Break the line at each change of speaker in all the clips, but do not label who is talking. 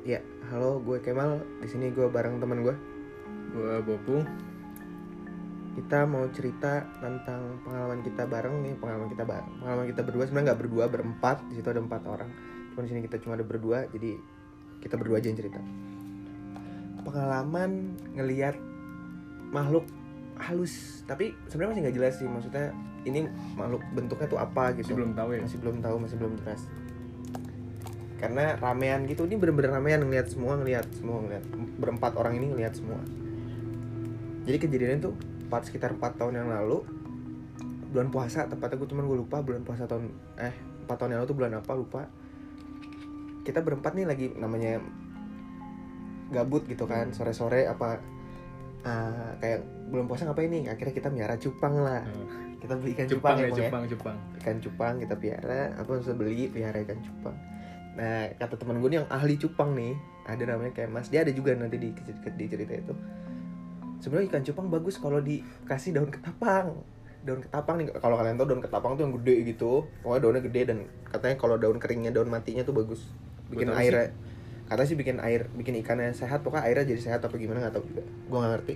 Ya, halo, gue Kemal. Di sini gue bareng teman gue.
Gua Bopung.
Kita mau cerita tentang pengalaman kita bareng nih, pengalaman kita berdua. Sebenarnya nggak berdua, berempat. Di situ ada 4 orang. Cuma di sini kita cuma ada berdua, jadi kita berdua aja yang cerita. Pengalaman ngelihat makhluk halus, tapi sebenarnya masih nggak jelas sih. Maksudnya ini makhluk bentuknya tuh apa gitu.
Masih belum tahu ya.
Masih belum jelas. Karena ramean gitu, ini bener-bener ramean ngelihat semua. Berempat orang ini ngelihat semua. Jadi kejadiannya tuh sekitar 4 tahun yang lalu, bulan puasa tepatnya, gue lupa bulan puasa 4 tahun yang lalu tuh bulan apa lupa. Kita berempat nih lagi namanya gabut gitu kan, sore-sore apa kayak bulan puasa ngapain nih, akhirnya kita miara cupang lah. Kita beli ikan cupang ikan cupang kita piara, pelihara ikan cupang. Nah, kata teman gue nih yang ahli cupang nih, ada namanya kayak Mas, dia ada juga nanti di cerita itu. Sebenarnya ikan cupang bagus kalau dikasih daun ketapang. Daun ketapang nih, kalau kalian tahu daun ketapang tuh yang gede gitu. Pokoknya daunnya gede, dan katanya kalau daun keringnya, daun matinya tuh bagus. Bikin airnya. Katanya sih bikin ikannya sehat, pokoknya airnya jadi sehat apa gimana enggak tahu juga. Gua enggak ngerti.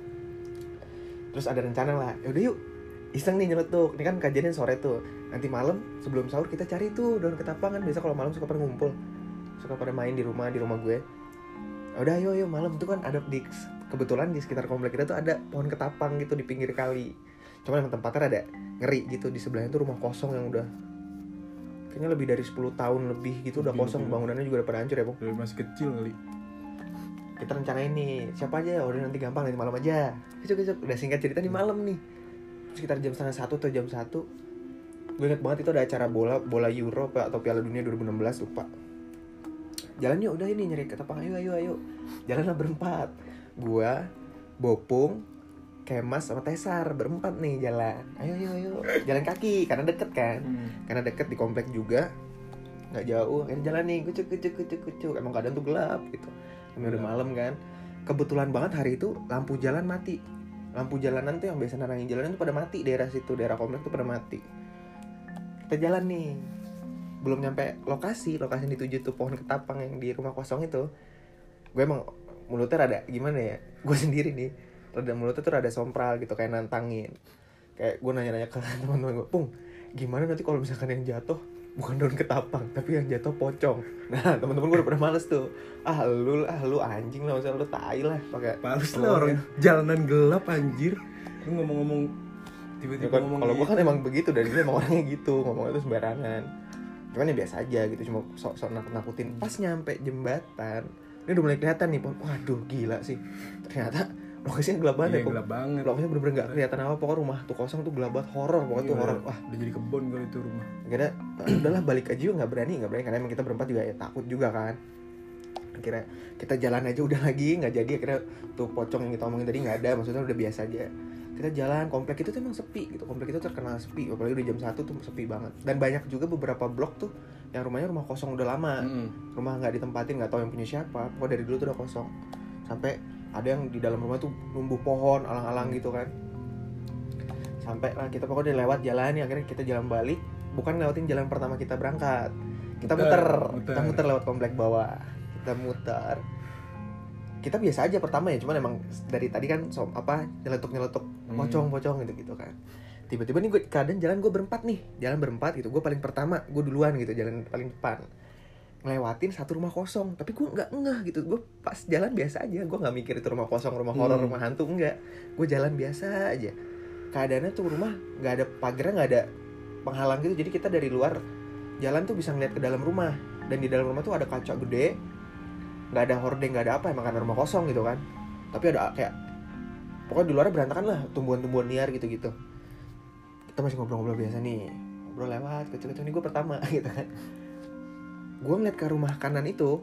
Terus ada rencana lah, yaudah yuk iseng nih nyeletuk. Ini kan kajiannya sore tuh. Nanti malam sebelum sahur kita cari tuh daun ketapang, kan biasa kalau malam suka pada ngumpul. Suka pada main di rumah gue. Udah yuk malam tuh kan ada kebetulan di sekitar komplek kita tuh ada pohon ketapang gitu di pinggir kali. Cuma emang tempatnya ada ngeri gitu, di sebelahnya tuh rumah kosong yang udah kayaknya lebih dari 10 tahun lebih gitu udah kosong, bangunannya juga udah pada hancur ya, Bang.
Dari masih kecil kali.
Kita rencanain nih, siapa aja ya, udah nanti gampang, nanti malam aja. Kecuk. Udah singkat cerita di malam nih. Sekitar jam 12:30 atau jam 1. Gue inget banget itu ada acara bola Euro atau Piala Dunia 2016 lupa. Jalan yuk, udah ini nyari ketapang, ayo. Jalanlah berempat. Gua, Bopung, Kemas sama Tesar, berempat nih jalan. Ayo. Jalan kaki karena deket kan. Karena deket di komplek juga. Enggak jauh. Akhirnya jalan nih, kucuk. Emang keadaan tuh gelap gitu. Udah malam kan. Kebetulan banget hari itu lampu jalan mati. Lampu jalanan tuh yang biasa nerangin jalanan tuh pada mati, daerah situ, daerah komplek tuh pada mati. Kita jalan nih. Belum nyampe lokasi yang dituju tuh pohon ketapang yang di rumah kosong itu. Gue emang mulutnya rada gimana ya, gue sendiri nih mulutnya tuh rada sompral gitu, kayak nantangin. Kayak gue nanya-nanya ke teman-teman gue, Pung, gimana nanti kalau misalkan yang jatuh bukan daun ketapang tapi yang jatuh pocong. Nah, teman-teman gue udah pada males tuh. Lu anjing lah, maksudnya lu tai lah pakai
males lah orang jalanan gelap anjir. Lu ngomong-ngomong tiba-tiba
ya,
ngomong
kalau gue kan
gitu.
emang begitu, dari dulu emang orangnya gitu, ngomongnya tuh sembarangan. Cuman ya biasa aja gitu, cuma sok nakut-nakutin. Pas nyampe jembatan, ini udah mulai kelihatan nih, waduh gila sih. Ternyata lokasinya gelap banget.
Gelap banget.
Lokasinya bener-bener gak kelihatan apa, pokoknya rumah tuh kosong tuh gelap banget, horor pokoknya tuh horor. Wah,
udah jadi kebon kali itu rumah.
Kira udahlah balik aja juga, nggak berani karena emang kita berempat juga ya takut juga kan. Akhirnya kita jalan aja udah lagi nggak jadi. Akhirnya tuh pocong yang kita omongin tadi nggak ada, maksudnya udah biasa aja. Kita jalan, komplek itu tuh emang sepi gitu, komplek itu terkenal sepi, apalagi udah jam 1 tuh sepi banget. Dan banyak juga beberapa blok tuh yang rumahnya rumah kosong udah lama, rumah nggak ditempatin, nggak tahu yang punya siapa, pokoknya dari dulu tuh udah kosong. Sampai ada yang di dalam rumah tuh numbuh pohon alang-alang gitu kan. Sampai lah kita pokoknya lewat jalan nih, akhirnya kita jalan balik, bukan lewatin jalan pertama kita berangkat, kita muter lewat komplek bawah, kita muter. Kita biasa aja pertama ya, cuman emang dari tadi kan nyeletuk pocong gitu kan. Tiba-tiba nih gue keadaan jalan gue berempat gitu, gue paling pertama, gue duluan gitu, jalan paling depan, ngelewatin satu rumah kosong, tapi gue nggak ngeh gitu. Gue pas jalan biasa aja, gue nggak mikir itu rumah kosong, rumah horor, rumah hantu, enggak. Gue jalan biasa aja. Keadaannya tuh rumah nggak ada pagarnya, nggak ada penghalang gitu, jadi kita dari luar jalan tuh bisa ngeliat ke dalam rumah. Dan di dalam rumah tuh ada kaca gede, nggak ada hordeng, nggak ada apa, emang karena rumah kosong gitu kan. Tapi ada kayak pokoknya di luarnya berantakan lah, tumbuhan-tumbuhan liar gitu-gitu. Kita masih ngobrol-ngobrol biasa nih, ngobrol lewat kecil-kecil nih, gue pertama gitu kan. Gue ngeliat ke rumah kanan itu,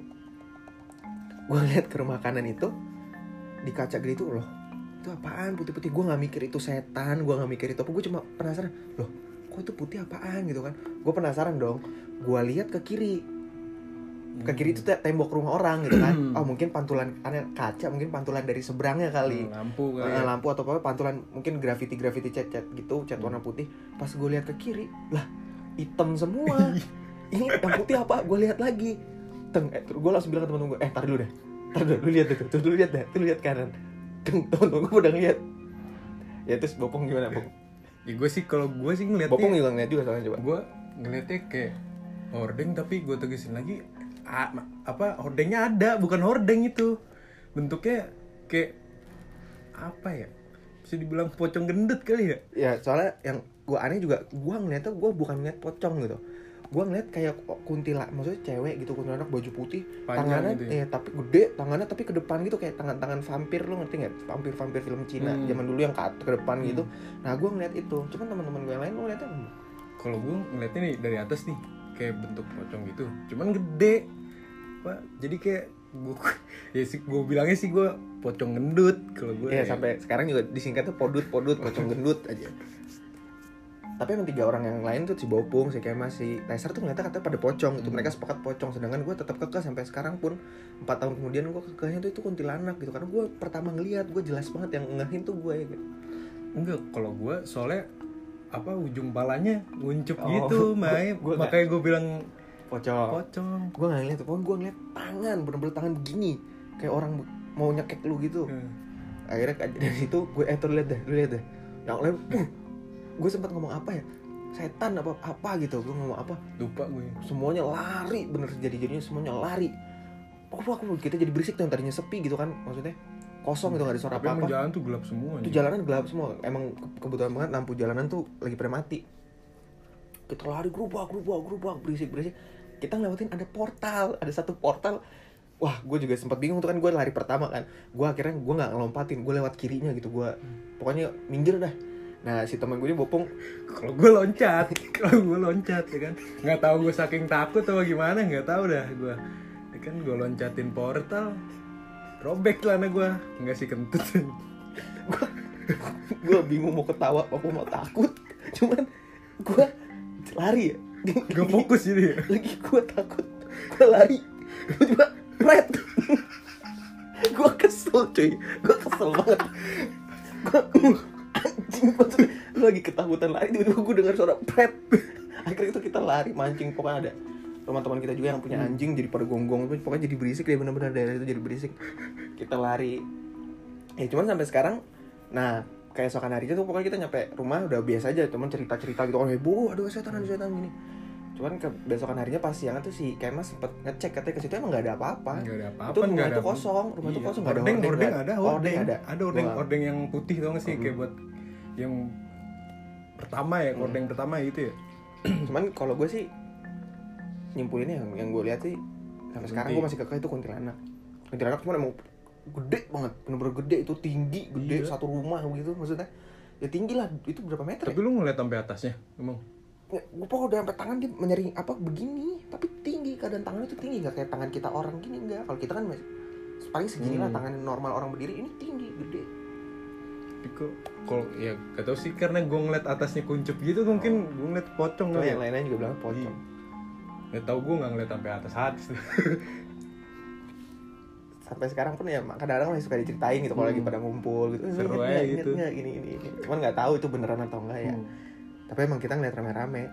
di kaca gede itu, loh itu apaan putih-putih. Gue nggak mikir itu setan, gue nggak mikir itu apa, gue cuma penasaran, loh kok itu putih apaan gitu kan. Gue penasaran dong, gue lihat ke kiri itu tembok rumah orang gitu kan. Mungkin pantulan, karena kaca mungkin pantulan dari seberangnya kali, lampu atau apa, pantulan mungkin graffiti cat gitu, cat warna putih. Pas gue lihat ke kiri, lah hitam semua. Ini yang putih apa? Gue lihat lagi, Terus gue langsung bilang ke temen gue, tar dulu deh, lu lihat deh tuh, lu lihat kanan. Temen gue udah ngeliat. Ya terus Bopong gimana, Bopong?
Ya gue sih, kalau gue sih ngeliatnya,
Bopong juga ngeliat juga soalnya, coba.
gue ngeliatnya kayak hordeng, tapi gue tegesin lagi hordengnya ada, bukan hordeng itu. Bentuknya kayak apa ya, bisa dibilang pocong gendut kali ya.
Ya soalnya yang gue aneh juga, gue ngeliatnya gue bukan ngeliat pocong gitu, gue ngeliat kayak kuntilanak, maksudnya cewek gitu, kuntilanak baju putih,
Panjang
tangannya
gitu ya?
tapi gede, tangannya tapi ke depan gitu, kayak tangan vampir, lo ngerti nggak? Vampir film Cina zaman dulu yang ke depan gitu. Nah gue ngeliat itu, cuman teman-teman gue yang lain lo ngeliatnya
Kalau gue ngeliatnya nih dari atas nih, kayak bentuk pocong gitu, cuman gede, Pak. Jadi kayak ya sih, gue bilangnya sih gue pocong gendut kalau gue.
ya sampai sekarang juga disingkatnya podut pocong gendut aja. Tapi emang 3 orang yang lain tuh, si Bopung, si Kemas, si Taser tuh katanya pada pocong. Itu mereka sepakat pocong, sedangkan gue tetap kekeh sampai sekarang pun 4 tahun kemudian gue kekehnya tuh itu kuntilanak gitu, karena gue pertama ngeliat, gue jelas banget yang ngehin tuh gue gitu.
Enggak, kalau gue soalnya ujung palanya nguncup gitu, makanya gue bilang pocong.
Gue nggak ngeliat, pokoknya gue ngeliat tangan, bener-bener tangan begini, kayak orang mau nyekek lu gitu. Akhirnya dari situ gue tuh lu lihat deh, yang lain gue sempat ngomong apa ya, setan apa gitu, gue ngomong apa
lupa gue.
Semuanya lari, bener jadinya semuanya lari. Pokoknya kita jadi berisik tuh, yang tadinya sepi gitu kan, maksudnya kosong gitu, nggak ada suara apa-apa.
Tapi jalan tuh gelap semua.
Itu jalanan gelap semua, emang kebetulan banget lampu jalanan tuh lagi pada mati. Kita lari gerubak berisik. Kita ngelewatin ada portal, ada satu portal. Wah, gue juga sempat bingung tuh kan, gue lari pertama kan. Gue akhirnya gue nggak ngelompatin, gue lewat kirinya gitu, gue pokoknya minggir dah. Nah si teman gue ini Bopong,
kalau gue loncat ya kan, nggak tahu gue saking takut atau gimana, nggak tahu dah gue. Ya kan gue loncatin portal, robek celana gue, nggak sih kentut.
gue bingung mau ketawa apa mau takut, cuman gue lari ya,
gak fokus jadi ya?
Lagi gue takut, gue lari, gue coba red. Gue kesel banget. Anjing, gue lagi ketakutan lari, tiba-tiba gue dengar suara pret. Akhirnya itu kita lari mancing, pokoknya ada teman-teman kita juga yang punya anjing jadi pada gonggong, pokoknya jadi berisik deh, benar-benar daerah itu jadi berisik. Kita lari, cuman sampai sekarang, nah keesokan harinya tuh pokoknya kita nyampe rumah udah biasa aja, teman cerita gitu, oh heboh, aduh setan gini. Cuman besokan harinya pas siang tuh si Kemas sempet ngecek, katanya ke situ emang nggak ada apa-apa. Itu rumah itu kosong, nggak ada
hordeng yang putih tau nggak sih, kayak buat yang pertama ya, hordeng pertama gitu ya.
Cuman kalau gue sih nyimpulinnya yang gue lihat sih sampai sekarang gue masih kekeh itu kuntilanak cuma emang gede banget, bener-bener gede, itu tinggi, gede, satu rumah gitu maksudnya. Ya tinggi lah, itu berapa meter?
Tapi lu ngeliat sampai atasnya emang?
Gue pokoknya udah sampai tangan dia menyering apa begini, tapi tinggi, keadaan tangannya tuh tinggi, nggak kayak tangan kita orang gini, enggak. Kalau kita kan paling segini lah, tangan normal orang berdiri, ini tinggi, gede.
Tapi kalau ya gak tau sih, karena gue ngeliat atasnya kuncup gitu, mungkin gue ngeliat pocong kali.
Yang lain-lain juga bilang pocong.
Gak tau, gue nggak ngeliat sampai atas.
Sampai sekarang pun ya kadang-kadang masih suka diceritain gitu kalau lagi pada ngumpul gitu.
Seru aja gitu.
Ini. Cuman nggak tahu itu beneran atau enggak ya. Tapi emang kita ngeliat rame-rame.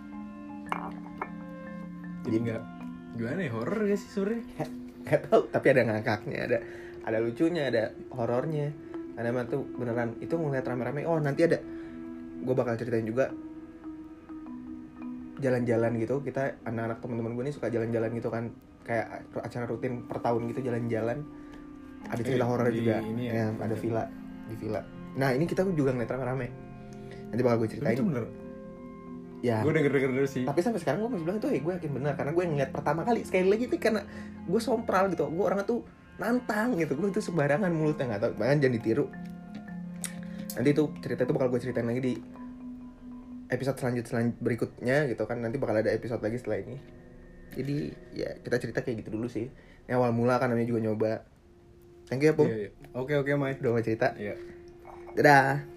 Jadi nggak gimana ya, horor gak sih sebenarnya?
Nggak tahu. Tapi ada ngakaknya, ada lucunya, ada horornya. Ada emang tuh beneran itu ngeliat rame-rame. Oh nanti ada, gue bakal ceritain juga jalan-jalan gitu. Kita anak-anak teman-teman gue nih suka jalan-jalan gitu kan, kayak acara rutin per tahun gitu, jalan-jalan. Ada cerita horor juga ya, ada di villa. Nah ini kita juga ngeliat rame-rame, nanti bakal gue ceritain.
Itu bener
ya,
gue denger sih.
Tapi sampai sekarang gue masih bilang itu gue yakin benar, karena gue ngeliat pertama kali. Sekali lagi itu karena gue sompral gitu, gue orangnya tuh nantang gitu, gue tuh sembarangan mulutnya, nggak tahu, bahkan jangan ditiru. Nanti itu cerita itu bakal gue ceritain lagi di episode berikutnya gitu kan. Nanti bakal ada episode lagi setelah ini. Jadi ya kita cerita kayak gitu dulu sih. Ini awal mula kan, namanya juga nyoba. Thank you ya, Pung.
Oke, Mike.
Udah mau cerita.
Iya.
Dadah.